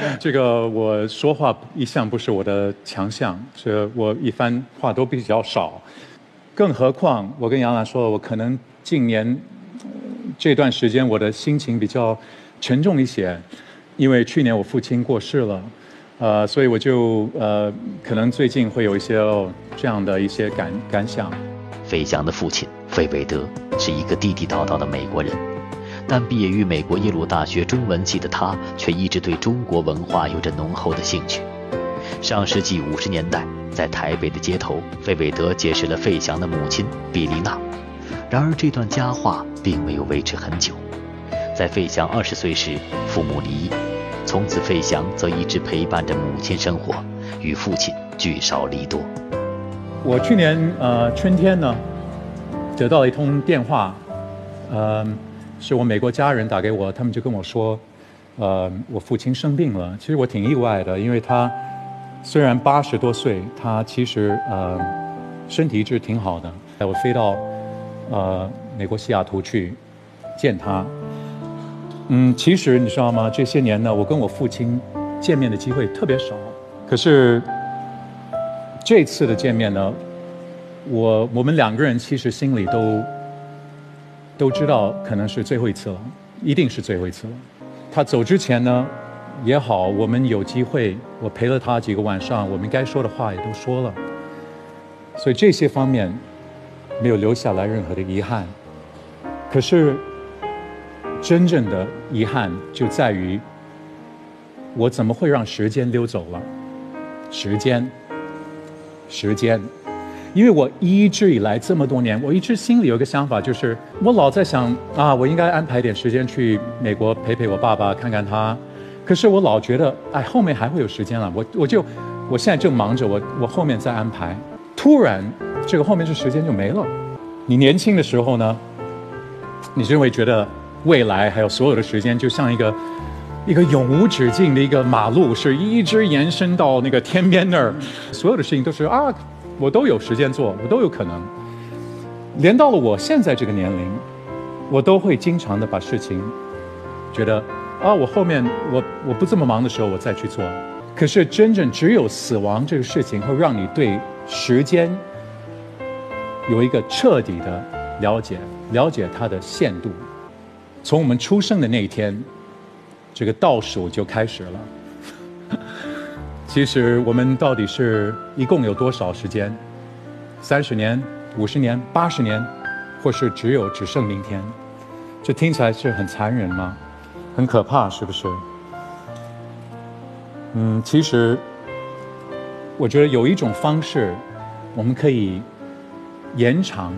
这个我说话一向不是我的强项，是我一般话都比较少。更何况我跟杨澜说，我可能近年这段时间我的心情比较沉重一些，因为去年我父亲过世了，所以我就可能最近会有一些这样的一些感想。 费翔的父亲费韦德是一个地地道道的美国人，但毕业于美国耶鲁大学中文系的他，却一直对中国文化有着浓厚的兴趣。上世纪50年代，在台北的街头，费韦德结识了费翔的母亲毕丽娜。然而这段佳话并没有维持很久，在费翔20岁时，父母离异，从此费翔则一直陪伴着母亲生活，与父亲聚少离多。 我去年春天呢，得到了一通电话，是我美国家人打给我，他们就跟我说，我父亲生病了。其实我挺意外的，因为他虽然80多岁，他其实身体一直挺好的。我飞到美国西雅图去见他。其实你知道吗？这些年呢，我跟我父亲见面的机会特别少。可是这次的见面呢，我们两个人其实心里都知道，可能是最后一次了，一定是最后一次了。他走之前呢，也好，我们有机会，我陪了他几个晚上，我们该说的话也都说了，所以这些方面没有留下来任何的遗憾。可是真正的遗憾就在于，我怎么会让时间溜走了？时间，因为我一直以来这么多年，我一直心里有一个想法，就是我老在想啊，我应该安排点时间去美国陪陪我爸爸，看看他。可是我老觉得，哎，后面还会有时间了，我现在正忙着，我后面再安排。突然，这个后面这时间就没了。你年轻的时候呢，你就会觉得未来还有所有的时间，就像一个永无止境的一个马路，是一直延伸到那个天边那儿，所有的事情都是啊，我都有时间做，我都有可能。连到了我现在这个年龄，我都会经常的把事情觉得啊，我后面我不这么忙的时候我再去做。可是真正只有死亡这个事情会让你对时间有一个彻底的了解它的限度。从我们出生的那一天，这个倒数就开始了。其实我们到底是一共有多少时间？30年、50年、80年，或是只剩明天？这听起来是很残忍吗？很可怕，是不是？其实我觉得有一种方式，我们可以延长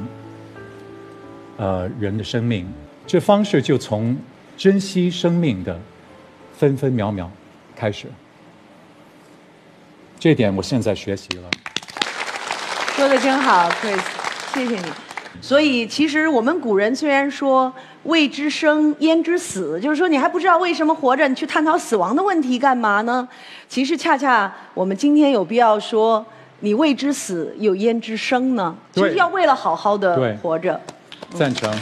人的生命。这方式就从珍惜生命的分分秒秒开始。这点我现在学习了。 说得真好 ，Chris， 谢谢你。所以其实我们古人虽然说未知生焉知死，就是说你还不知道为什么活着，你去探讨死亡的问题干嘛呢？其实恰恰我们今天有必要说，你未知死又焉知生呢？就是要为了好好的活着。 赞成。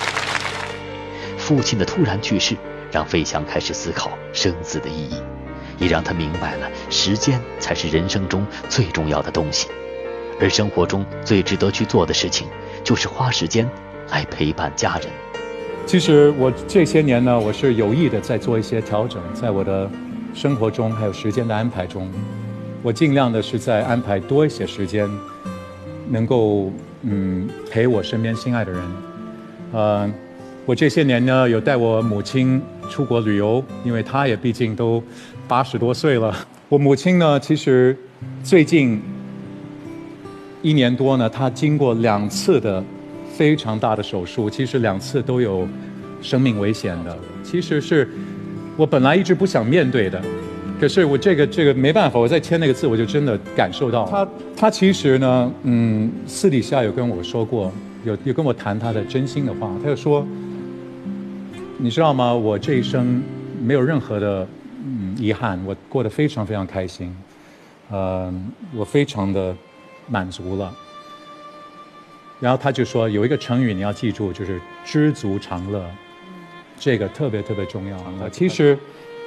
父亲的突然去世，让费翔开始思考生死的意义，也让他明白了时间才是人生中最重要的东西，而生活中最值得去做的事情，就是花时间来陪伴家人。 其实我这些年呢，我是有意的在做一些调整，在我的生活中还有时间的安排中，我尽量的是在安排多一些时间，能够陪我身边心爱的人。我这些年呢，有带我母亲出国旅游，因为她也毕竟都80多岁了。我母亲呢，其实最近1年多呢，她经过2次的非常大的手术，其实2次都有生命危险的。其实是我本来一直不想面对的，可是我这个没办法，我在签那个字，我就真的感受到她其实呢，私底下有跟我说过，有跟我谈她的真心的话。她就说，你知道吗？我这一生没有任何的遗憾，我过得非常非常开心，我非常的满足了。然后他就说有一个成语你要记住，就是知足常乐，这个特别特别重要。其实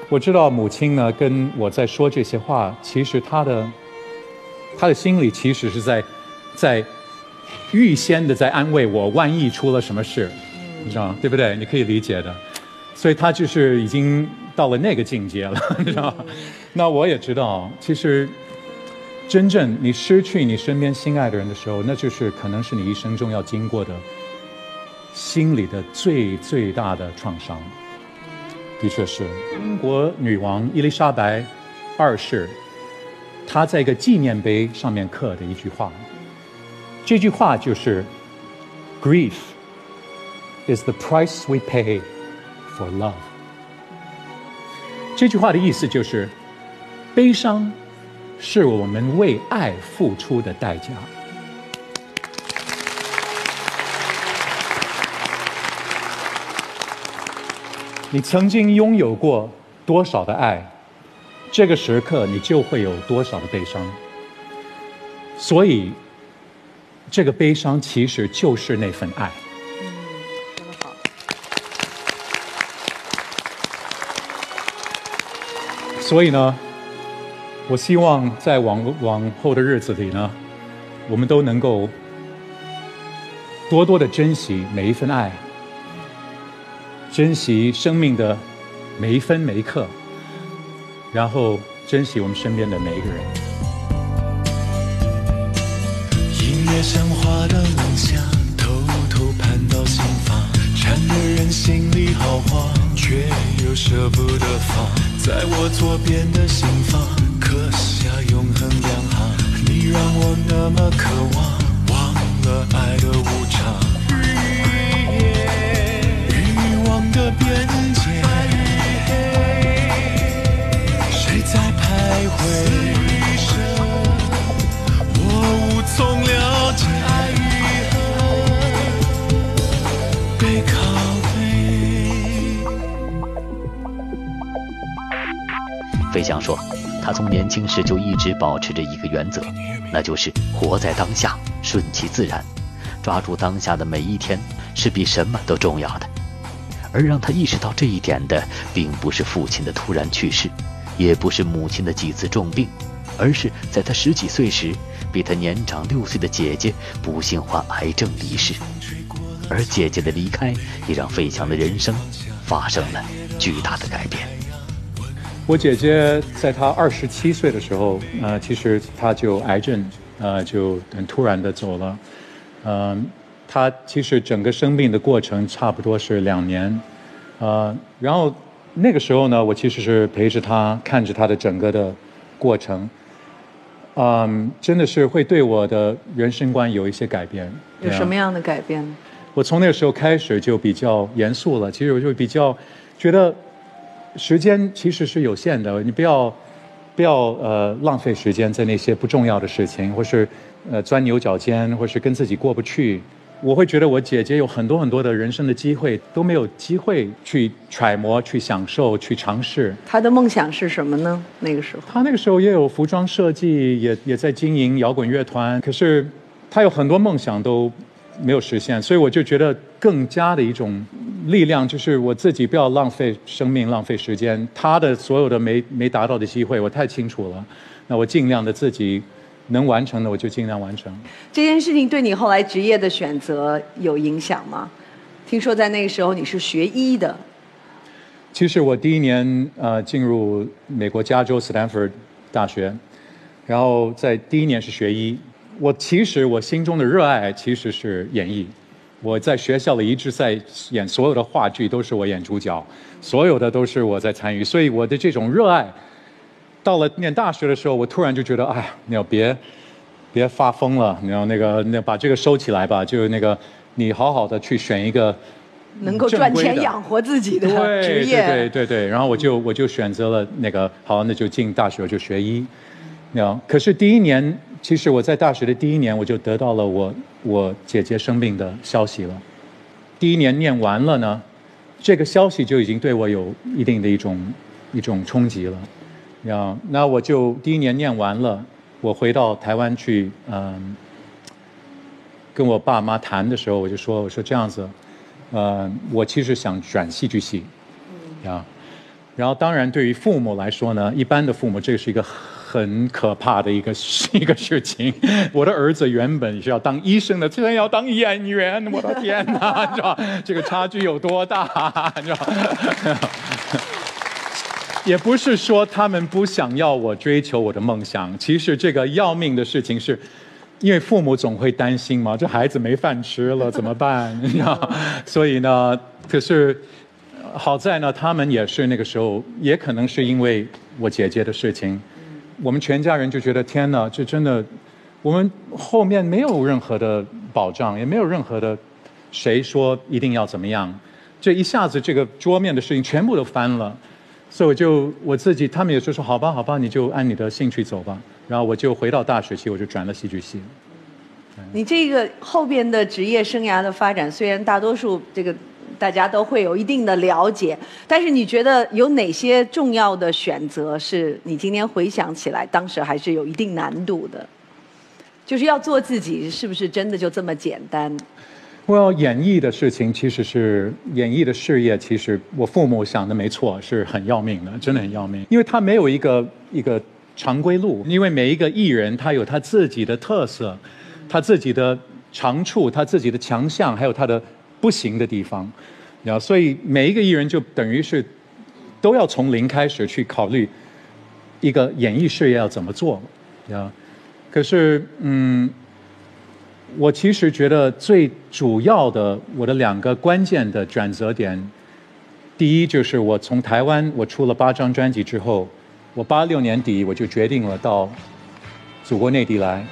我知道母亲呢跟我在说这些话，其实她的心里其实是在预先的在安慰我，万一出了什么事，你知道吗？对不对？你可以理解的。所以她就是已经到了那个境界了，你知道吗？那我也知道，其实真正你失去你身边心爱的人的时候，那就是可能是你一生中要经过的心里的最大的创伤。的确是英国女王伊丽莎白二世，她在一个纪念碑上面刻的一句话，这句话就是 "Grief is the price we pay for love"。这句话的意思就是，悲伤是我们为爱付出的代价。你曾经拥有过多少的爱，这个时刻你就会有多少的悲伤。所以，这个悲伤其实就是那份爱。 说得好。 所以呢，我希望在往后的日子里呢，我们都能够多多的珍惜每一份爱。珍惜生命的每一分每一刻，然后珍惜我们身边的每一个人。 音乐像花的梦想，偷偷攀到心房，缠得人心里好慌，却又舍不得放。在我左边的心房，刻下永恒两行。你让我那么渴望，忘了爱的无常。的边界，谁在徘徊？我无从了解，爱与恨背靠背。费翔说，他从年轻时就一直保持着一个原则，那就是活在当下，顺其自然，抓住当下的每一天是比什么都重要的。而让他意识到这一点的，并不是父亲的突然去世，也不是母亲的几次重病，而是在他10几岁时，比他年长6岁的姐姐不幸患癌症离世。而姐姐的离开，也让费翔的人生发生了巨大的改变。 我姐姐在她27岁的时候，其实她就癌症，就很突然的走了，她其实整个生病的过程差不多是2年，然后那个时候呢，我其实是陪着她，看着她的整个的过程，真的是会对我的人生观有一些改变。 有什么样的改变呢？ 我从那个时候开始就比较严肃了，其实我就比较觉得时间其实是有限的，你不要浪费时间在那些不重要的事情，或是钻牛角尖，或是跟自己过不去。我会觉得我姐姐有很多很多的人生的机会，都没有机会去揣摩、去享受、去尝试。 她的梦想是什么呢？那个时候， 她那个时候也有服装设计，也在经营摇滚乐团，可是她有很多梦想都没有实现，所以我就觉得更加的一种力量，就是我自己不要浪费生命、浪费时间。她的所有的没达到的机会，我太清楚了。那我尽量的自己能完成的，我就尽量完成。 这件事情对你后来职业的选择有影响吗？听说在那个时候你是学医的。 其实我第1年进入美国加州斯坦福大学，然后在第1年是学医。其实我心中的热爱其实是演艺。我在学校里一直在演，所有的话剧都是我演主角，所有的都是我在参与，所以我的这种热爱。到了念大学的时候，我突然就觉得，哎，你要别发疯了，你要把这个收起来吧，就你好好的去选一个能够赚钱养活自己的职业。 对，然后我就选择了好，那就进大学就学医。可是第1年，其实我在大学的第1年，我就得到了我姐姐生病的消息了。第1年念完了呢，这个消息就已经对我有一定的一种冲击了。那我就第1年念完了，我回到台湾去，跟我爸妈谈的时候，我说这样子，我其实想转戏剧系， 然后当然对于父母来说呢，一般的父母这是一个很可怕的一个事情。我的儿子原本是要当医生的，现在要当演员，我的天哪，你知道这个差距有多大？你知道？也不是说他们不想要我追求我的梦想，其实这个要命的事情是，因为父母总会担心嘛，这孩子没饭吃了怎么办？你知道？所以呢，可是好在呢，他们也是那个时候，也可能是因为我姐姐的事情，我们全家人就觉得天哪，这真的，我们后面没有任何的保障，也没有任何的谁说一定要怎么样，这一下子这个桌面的事情全部都翻了。所以我自己，他们也就说好吧，好吧，你就按你的兴趣走吧。然后我就回到大学期，我就转了戏剧系。 你这个后边的职业生涯的发展，虽然大多数这个大家都会有一定的了解，但是你觉得有哪些重要的选择是你今天回想起来，当时还是有一定难度的？就是要做自己，是不是真的就这么简单？ 演艺的事情其实是演艺的事业，其实我父母想的没错，是很要命的，真的很要命，因为他没有一个常规路，因为每一个艺人他有他自己的特色，他自己的长处，他自己的强项，还有他的不行的地方，然后所以每一个艺人就等于是都要从零开始去考虑一个演艺事业要怎么做，可是我其实觉得最主要的我的2个关键的转折点，第一就是我从台湾我出了8张专辑之后，我86年底我就决定了到祖国内地来。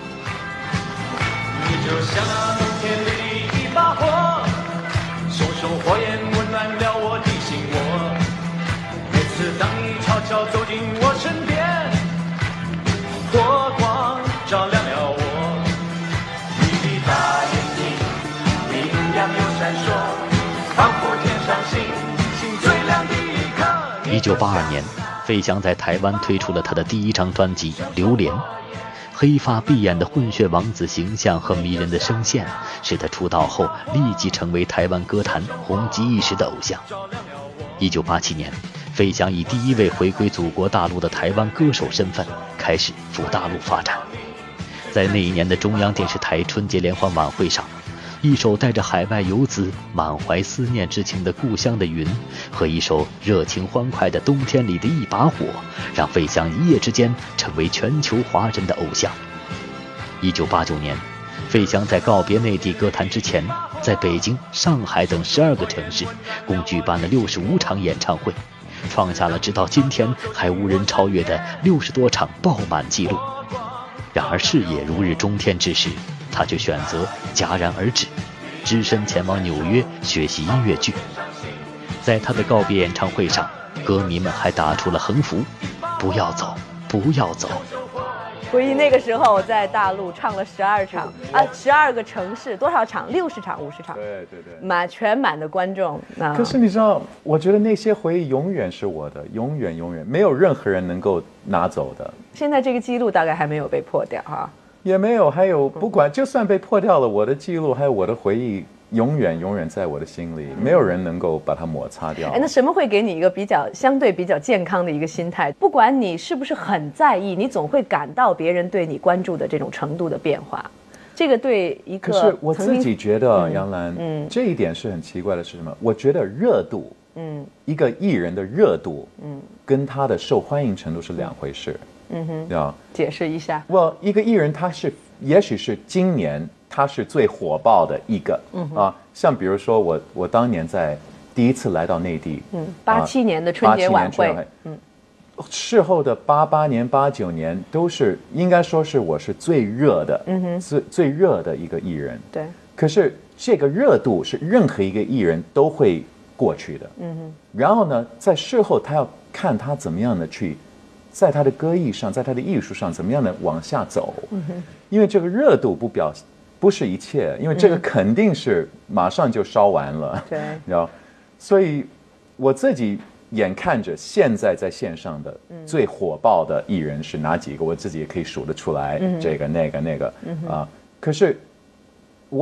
你就像天里一把火，熊熊火焰温暖了我的心窝。每次当你悄悄走进我身边，火光照亮了我。大眼睛明亮又闪烁，仿佛天上星星最亮的一刻。 1982年，费翔在台湾推出了他的第1张专辑《榴莲》。黑发碧眼的混血王子形象和迷人的声线，使他出道后立即成为台湾歌坛红极一时的偶像。1987年，费翔以第1位回归祖国大陆的台湾歌手身份，开始赴大陆发展。在那一年的中央电视台春节联欢晚会上，一首带着海外游子满怀思念之情的《故乡的云》和一首热情欢快的《冬天里的一把火》，让费翔一夜之间成为全球华人的偶像。1989年，费翔在告别内地歌坛之前，在北京、上海等12个城市共举办了65场演唱会，创下了直到今天还无人超越的60多场爆满纪录。然而事业如日中天之时，他却选择戛然而止，只身前往纽约学习音乐剧。在他的告别演唱会上，歌迷们还打出了横幅：不要走，不要走。 回忆那个时候在大陆唱了12场，12个城市，多少场？60场、50场？ 对， 全满的观众。 可是你知道，我觉得那些回忆永远是我的，永远没有任何人能够拿走的。 现在这个记录大概还没有被破掉哈。 也没有，还有不管就算被破掉了，我的记录还有我的回忆永远在我的心里，没有人能够把它摩擦掉。 那什么会给你一个相对比较健康的一个心态？不管你是不是很在意，你总会感到别人对你关注的这种程度的变化。这个对一个， 可是我自己觉得杨澜，这一点是很奇怪的是什么？我觉得热度，一个艺人的热度，跟他的受欢迎程度是2回事。 解释一下。 一个艺人他是也许是今年他是最火爆的一个，像比如说我当年在第一次来到内地 ，87年的春节晚会， 事后的88年、89年都是应该说是我是最热的，最热的一个艺人。 对。 可是这个热度是任何一个艺人都会过去的，然后呢，在事后他要看他怎么样的去。在他的歌艺上，在他的艺术上，怎么样的往下走？因为这个热度不是一切，因为这个肯定是马上就烧完了。 对， 然后，所以我自己眼看着现在在线上的最火爆的艺人是哪几个，我自己也可以数得出来，这个那个可是我也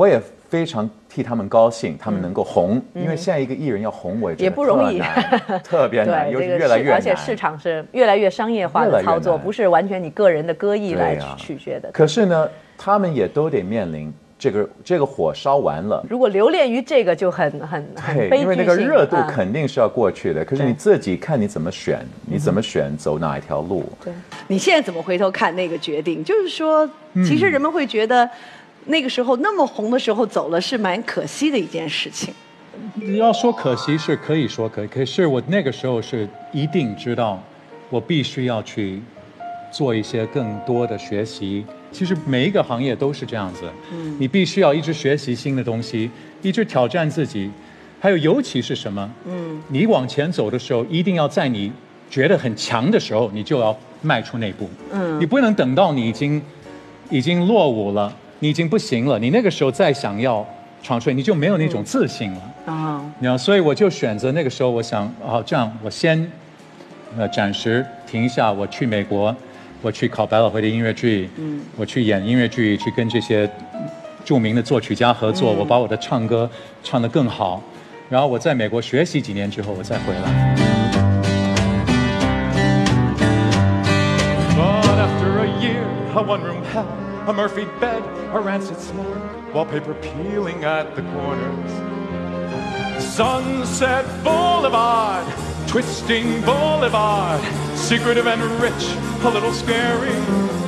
非常替他们高兴，他们能够红，因为现在一个艺人要红，我也不容易， 特别难，尤其越来越难。 而且市场是越来越商业化的操作，不是完全你个人的歌艺来取决的。 可是呢，他们也都得面临这个火烧完了， 如果留恋于这个就很悲剧性， 因为那个热度肯定是要过去的。可是你自己看你怎么选，你怎么选走哪一条路。 对，你现在怎么回头看那个决定？就是说，其实人们会觉得。那个时候那么红的时候走了是蛮可惜的一件事情。 要说可惜是可以说可是我那个时候是一定知道，我必须要去做一些更多的学习。其实每一个行业都是这样子，你必须要一直学习新的东西，一直挑战自己。还有尤其是什么？你往前走的时候，一定要在你觉得很强的时候，你就要迈出那步。你不能等到你已经落伍了。你已经不行了，你那个时候再想要闯出来，你就没有那种自信了。所以我就选择那个时候，我想，这样我先暂时停一下，我去美国，我去考百老汇的音乐剧，我去演音乐剧，去跟这些著名的作曲家合作，我把我的唱歌唱得更好，然后我在美国学习几年之后，我再回来。But after a year, a one-room hell, a Murphy bed, a rancid smell, wallpaper peeling at the corners. Sunset Boulevard, twisting boulevard, secretive and rich, a little scary.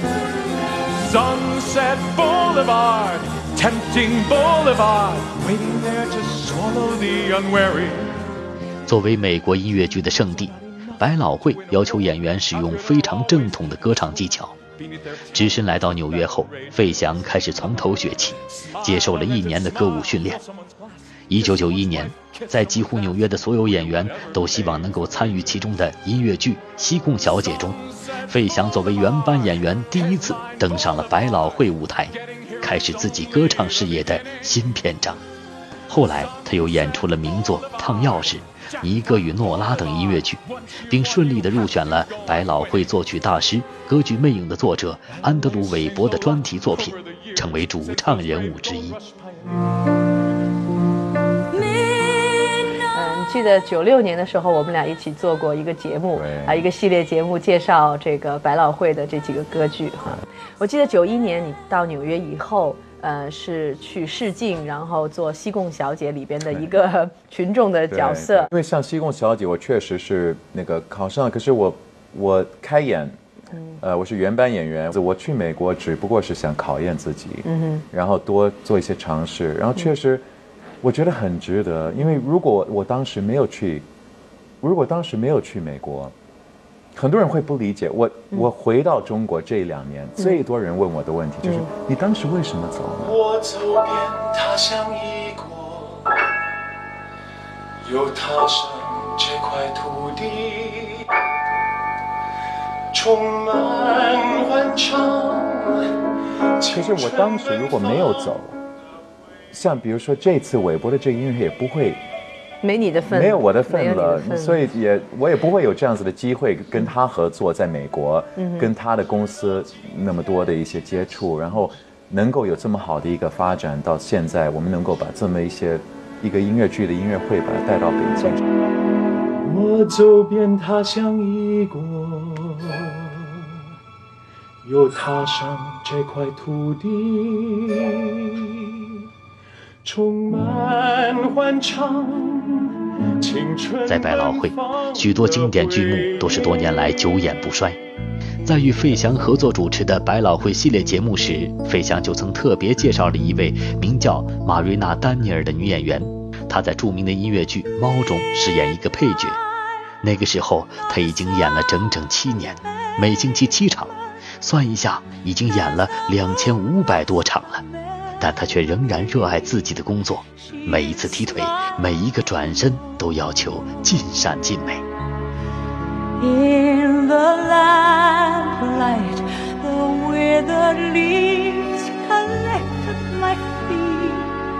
Sunset Boulevard, tempting boulevard, waiting there to swallow the unwary. 作为美国音乐剧的圣地，百老汇要求演员使用非常正统的歌唱技巧。只身来到纽约后，费翔开始从头学起，接受了1年的歌舞训练。1991年，在几乎纽约的所有演员都希望能够参与其中的音乐剧《西贡小姐》中，费翔作为原班演员第一次登上了百老汇舞台，开始自己歌唱事业的新篇章。后来他又演出了名作《烫钥匙》、尼哥与诺拉等音乐剧，并顺利地入选了百老汇作曲大师、歌剧《魅影》的作者安德鲁·韦伯的专题作品，成为主唱人物之一。 记得96年的时候，我们俩一起做过一个节目一个系列节目，介绍这个百老汇的这几个歌剧我记得91年你到纽约以后，是去试镜，然后做《西贡小姐》里边的一个群众的角色。 因为像《西贡小姐》，我确实是那个考上，可是我开演，我是原班演员，我去美国只不过是想考验自己，然后多做一些尝试，然后确实。我觉得很值得，因为如果我当时没有去美国，很多人会不理解我回到中国这2年，最多人问我的问题就是你当时为什么走呢？ 我走遍他乡异国，又踏上这块土地，充满欢唱。 可是我当时如果没有走。像比如说这次韦伯的这个音乐会也不会没你的份， 没有我的份了，所以我也不会有这样子的机会跟他合作，在美国，跟他的公司那么多的一些接触，然后能够有这么好的一个发展，到现在我们能够把这么一个音乐剧的音乐会把它带到北京。 我走遍他乡异国，又踏上这块土地。充满欢唱， 在百老汇，许多经典剧目都是多年来久演不衰。在与费翔合作主持的百老汇系列节目时，费翔就曾特别介绍了一位名叫马瑞娜·丹尼尔的女演员，她在著名的音乐剧《猫》中饰演一个配角。那个时候，她已经演了整整7年，每星期7场，算一下，已经演了2500多场了。但他却仍然热爱自己的工作，每一次踢腿，每一个转身都要求尽善尽美。In the lamplight, the withered leaves collect at my feet.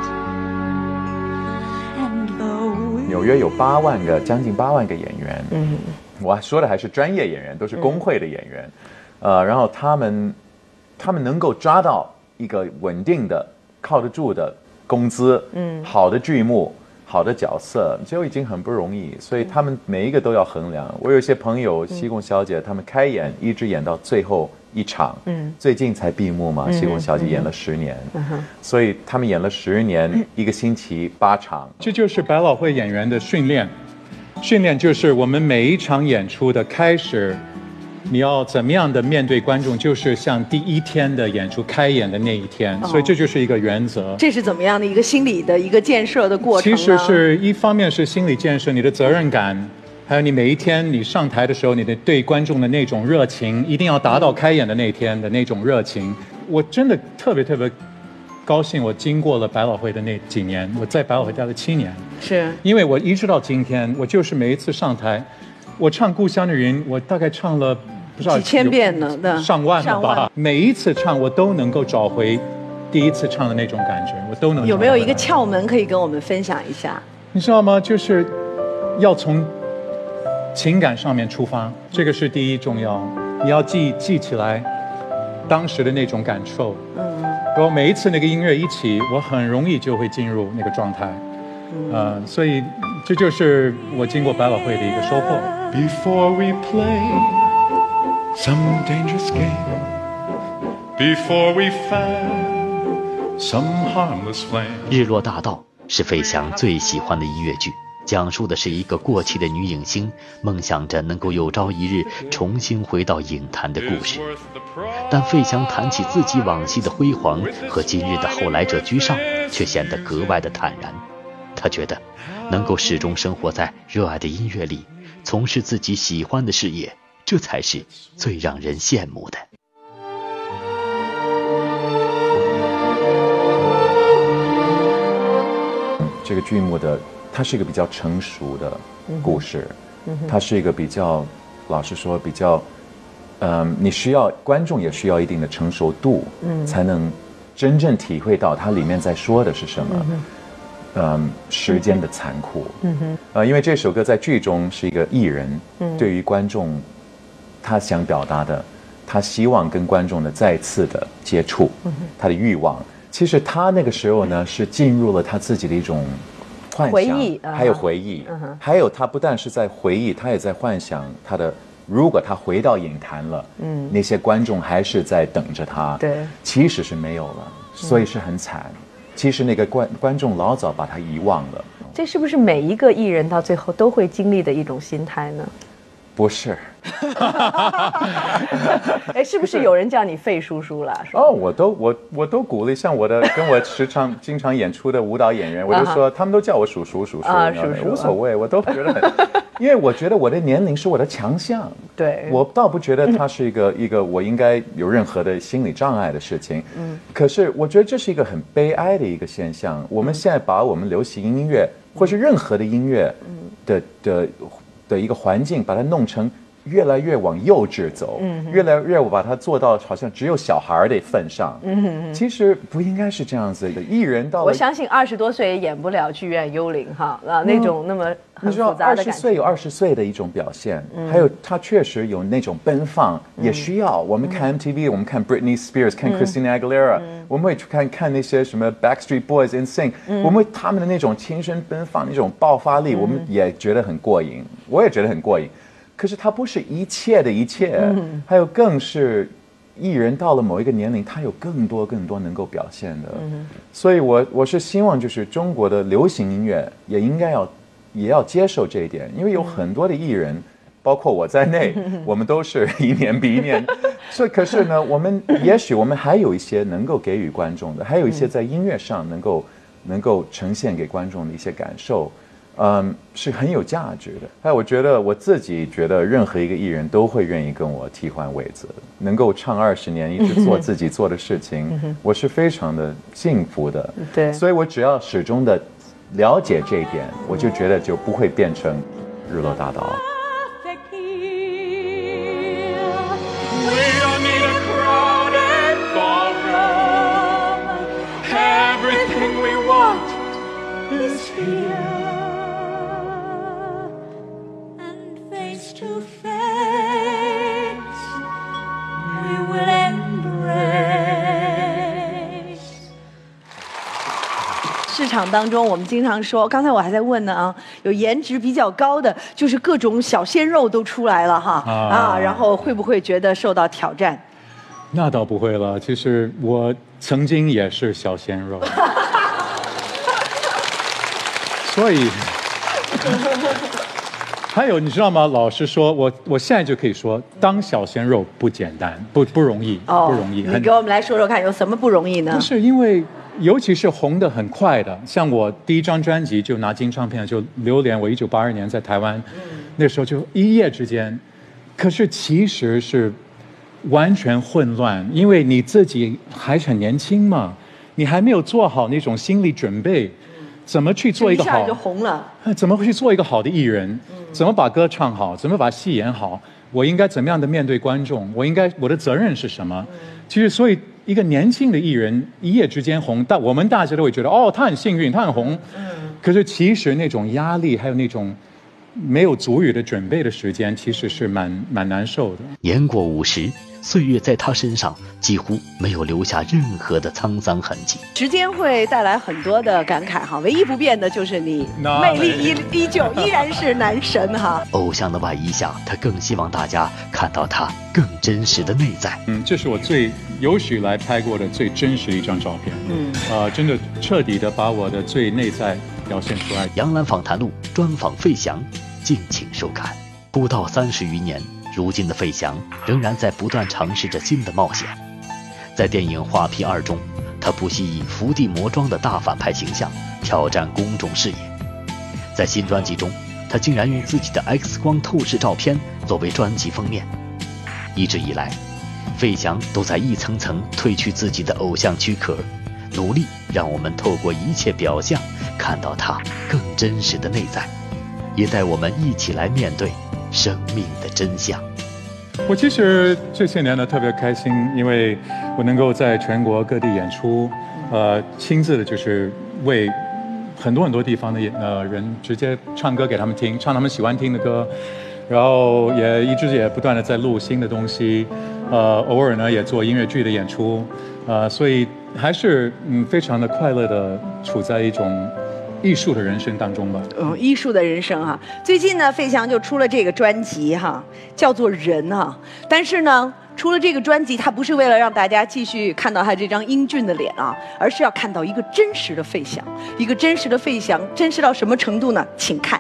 纽约有将近8万个演员，我说的还是专业演员，都是工会的演员，然后他们能够抓到一个稳定的、靠得住的工资，好的剧目。好的角色就已经很不容易，所以他们每一个都要衡量。我有一些朋友，西贡小姐，他们开演一直演到最后一场，最近才闭幕嘛。西贡小姐演了10年，所以他们演了10年，一个星期8场。 这就是百老汇演员的训练，训练就是我们每一场演出的开始。你要怎么样的面对观众，就是像第一天的演出开演的那一天，所以这就是一个原则。 这是怎么样的一个心理的一个建设的过程呢？ 其实是一方面是心理建设，你的责任感，还有你每一天你上台的时候，你的对观众的那种热情，一定要达到开演的那天的那种热情。我真的特别高兴，我经过了百老汇的那几年，我在百老汇待了7年， 是因为我一直到今天，我就是每一次上台，我唱《故乡的云》，我大概唱了。不知道几千遍呢， 上万了吧？每一次唱，我都能够找回第一次唱的那种感觉，我都能。 有没有一个窍门可以跟我们分享一下？ 你知道吗？就是要从情感上面出发，这个是第一重要。你要记起来当时的那种感受。然后每一次那个音乐一起，我很容易就会进入那个状态。所以这就是我经过百老汇的一个收获。 Before we play.Some dangerous game before we fan some harmless flame。 日落大道是费翔最喜欢的音乐剧，讲述的是一个过气的女影星梦想着能够有朝一日重新回到影坛的故事。但费翔谈起自己往昔的辉煌和今日的后来者居上，却显得格外的坦然。他觉得能够始终生活在热爱的音乐里，从事自己喜欢的事业，这才是最让人羡慕的。 这个剧目它是一个比较成熟的故事，它是一个比较，老实说比较，你需要观众也需要一定的成熟度，才能真正体会到它里面在说的是什么。时间的残酷。因为这首歌在剧中是一个艺人，对于观众，他想表达的，他希望跟观众的再次的接触，他的欲望。其实他那个时候呢，是进入了他自己的一种幻想， 回忆， 还有回忆，还有他不但是在回忆，他也在幻想他的。如果他回到影坛了，那些观众还是在等着他。 对， 其实是没有了，所以是很惨。其实那个观众老早把他遗忘了。 这是不是每一个艺人到最后都会经历的一种心态呢？ 不是。 哎，是不是有人叫你费叔叔了？ 哦，我都鼓励，像我的跟我经常演出的舞蹈演员，我就说他们都叫我叔叔，叔叔无所谓，我都觉得很，因为我觉得我的年龄是我的强项。 对， 我倒不觉得它是一个我应该有任何的心理障碍的事情。可是我觉得这是一个很悲哀的一个现象。我们现在把我们流行音乐或是任何的音乐的一个环境，把它弄成越来越往幼稚走，越来越把它做到好像只有小孩的份上。其实不应该是这样子的。艺人到了， 我相信20多岁也演不了剧院幽灵哈，那种那么很复杂的感觉。20岁有 20岁的一种表现，还有他确实有那种奔放，也需要。我们看 MTV，我们看 Britney Spears，看 Christina Aguilera，我们会去看那些什么 Backstreet Boys、NSYNC，我们会他们的那种青春奔放、那种爆发力，我们也觉得很过瘾，我也觉得很过瘾。可是它不是一切的一切，还有更是艺人到了某一个年龄，他有更多能够表现的。所以我是希望就是中国的流行音乐也要接受这一点，因为有很多的艺人，包括我在内，我们都是一年比一年。所以可是呢，也许我们还有一些能够给予观众的，还有一些在音乐上能够呈现给观众的一些感受。是很有价值的。还有，我自己觉得，任何一个艺人都会愿意跟我替换位子，能够唱20年，一直做自己做的事情，我是非常的幸福的。 对， 所以我只要始终的了解这一点，我就觉得就不会变成日落大道。 市场当中，我们经常说，刚才我还在问呢啊，有颜值比较高的，就是各种小鲜肉都出来了哈然后会不会觉得受到挑战？ 那倒不会了，其实我曾经也是小鲜肉，所以。还有你知道吗？老实说，我现在就可以说，当小鲜肉不简单，不容易，不容易。 你给我们来说说看，有什么不容易呢？ 就是因为，尤其是红得很快的，像我第一张专辑就拿金唱片，就《榴莲》，我1982年在台湾，那时候就一夜之间，可是其实是完全混乱，因为你自己还很年轻嘛，你还没有做好那种心理准备。怎么去做一个好？ 一下就红了。 怎么会去做一个好的艺人？怎么把歌唱好？怎么把戏演好？我应该怎么样的面对观众？我的责任是什么？其实，所以一个年轻的艺人一夜之间红，但我们大家都会觉得哦，他很幸运，他很红。可是其实那种压力，还有那种没有足语的准备的时间，其实是蛮难受的。 年过50，岁月在他身上几乎没有留下任何的沧桑痕迹。 时间会带来很多的感慨哈，唯一不变的就是你魅力依旧，依然是男神哈。 偶像的外衣下，他更希望大家看到他更真实的内在。 这是我有史以来拍过的最真实的一张照片。真的彻底的把我的最内在表现出来。 杨澜访谈录专访费翔，敬请收看。出道30余年。如今的费翔仍然在不断尝试着新的冒险，在电影《画皮2》中，他不惜以伏地魔装的大反派形象挑战公众视野。在新专辑中，他竟然用自己的 X 光透视照片作为专辑封面。一直以来，费翔都在一层层褪去自己的偶像躯壳，努力让我们透过一切表象看到他更真实的内在，也带我们一起来面对生命的真相。 我其实这些年呢特别开心，因为我能够在全国各地演出，亲自的就是为很多地方的人直接唱歌给他们听，唱他们喜欢听的歌，然后一直不断的在录新的东西，偶尔呢也做音乐剧的演出，所以还是非常的快乐的处在一种艺术的人生当中吧。 艺术的人生哈。最近呢，费翔就出了这个专辑哈，叫做《人》哈。但是呢，出了这个专辑，他不是为了让大家继续看到他这张英俊的脸啊，而是要看到一个真实的费翔，一个真实的费翔，真实到什么程度呢？请看，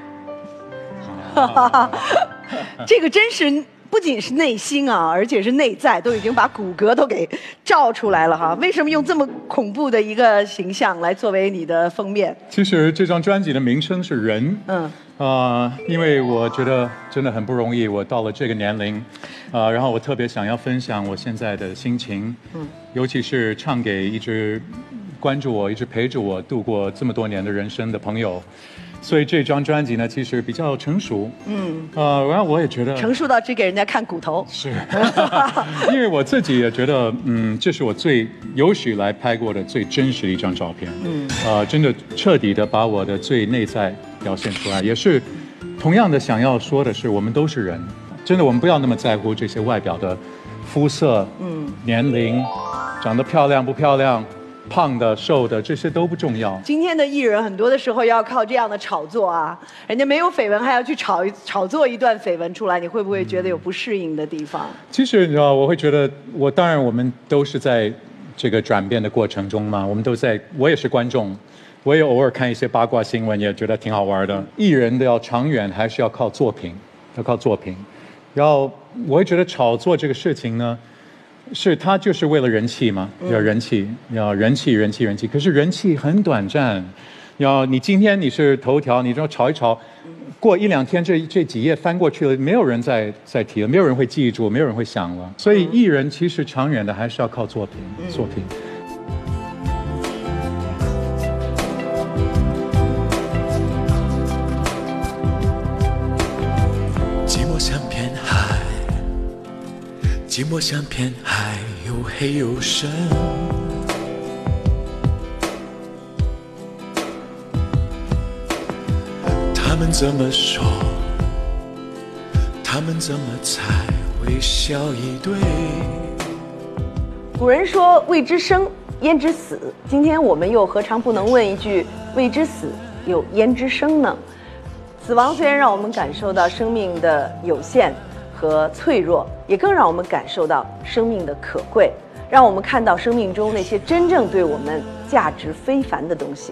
这个真实。不仅是内心啊，而且是内在，都已经把骨骼都给照出来了哈。为什么用这么恐怖的一个形象来作为你的封面？ 其实这张专辑的名称是《人》，因为我觉得真的很不容易，我到了这个年龄，然后我特别想要分享我现在的心情，尤其是唱给一直关注我、一直陪着我度过这么多年的人生的朋友。所以这张专辑呢，其实比较成熟，然后我也觉得成熟到只给人家看骨头， 是，因为我自己也觉得，这是我有史以来拍过的最真实的一张照片，真的彻底的把我的最内在表现出来，也是同样的想要说的是，我们都是人，真的我们不要那么在乎这些外表的肤色，年龄，长得漂亮不漂亮。胖的、瘦的，这些都不重要。 今天的艺人很多的时候要靠这样的炒作啊，人家没有绯闻，还要去炒作一段绯闻出来，你会不会觉得有不适应的地方？ 其实你知道，我会觉得，当然我们都是在这个转变的过程中嘛，我也是观众，我也偶尔看一些八卦新闻，也觉得挺好玩的。艺人的要长远，还是要靠作品，然后我会觉得炒作这个事情呢。他就是为了人气嘛，要人气。可是人气很短暂，你今天你是头条，你炒一炒，过1-2天这几页翻过去了，没有人再提了，没有人会记住，没有人会想了。所以艺人其实长远的还是要靠作品。 寂寞像片海。寂寞像片海，又黑又深。他们怎么说？他们怎么猜？微笑一对。 古人说：“未知生，焉知死？”今天我们又何尝不能问一句： 未知死，又焉知生呢？死亡虽然让我们感受到生命的有限和脆弱，也更让我们感受到生命的可贵，让我们看到生命中那些真正对我们价值非凡的东西。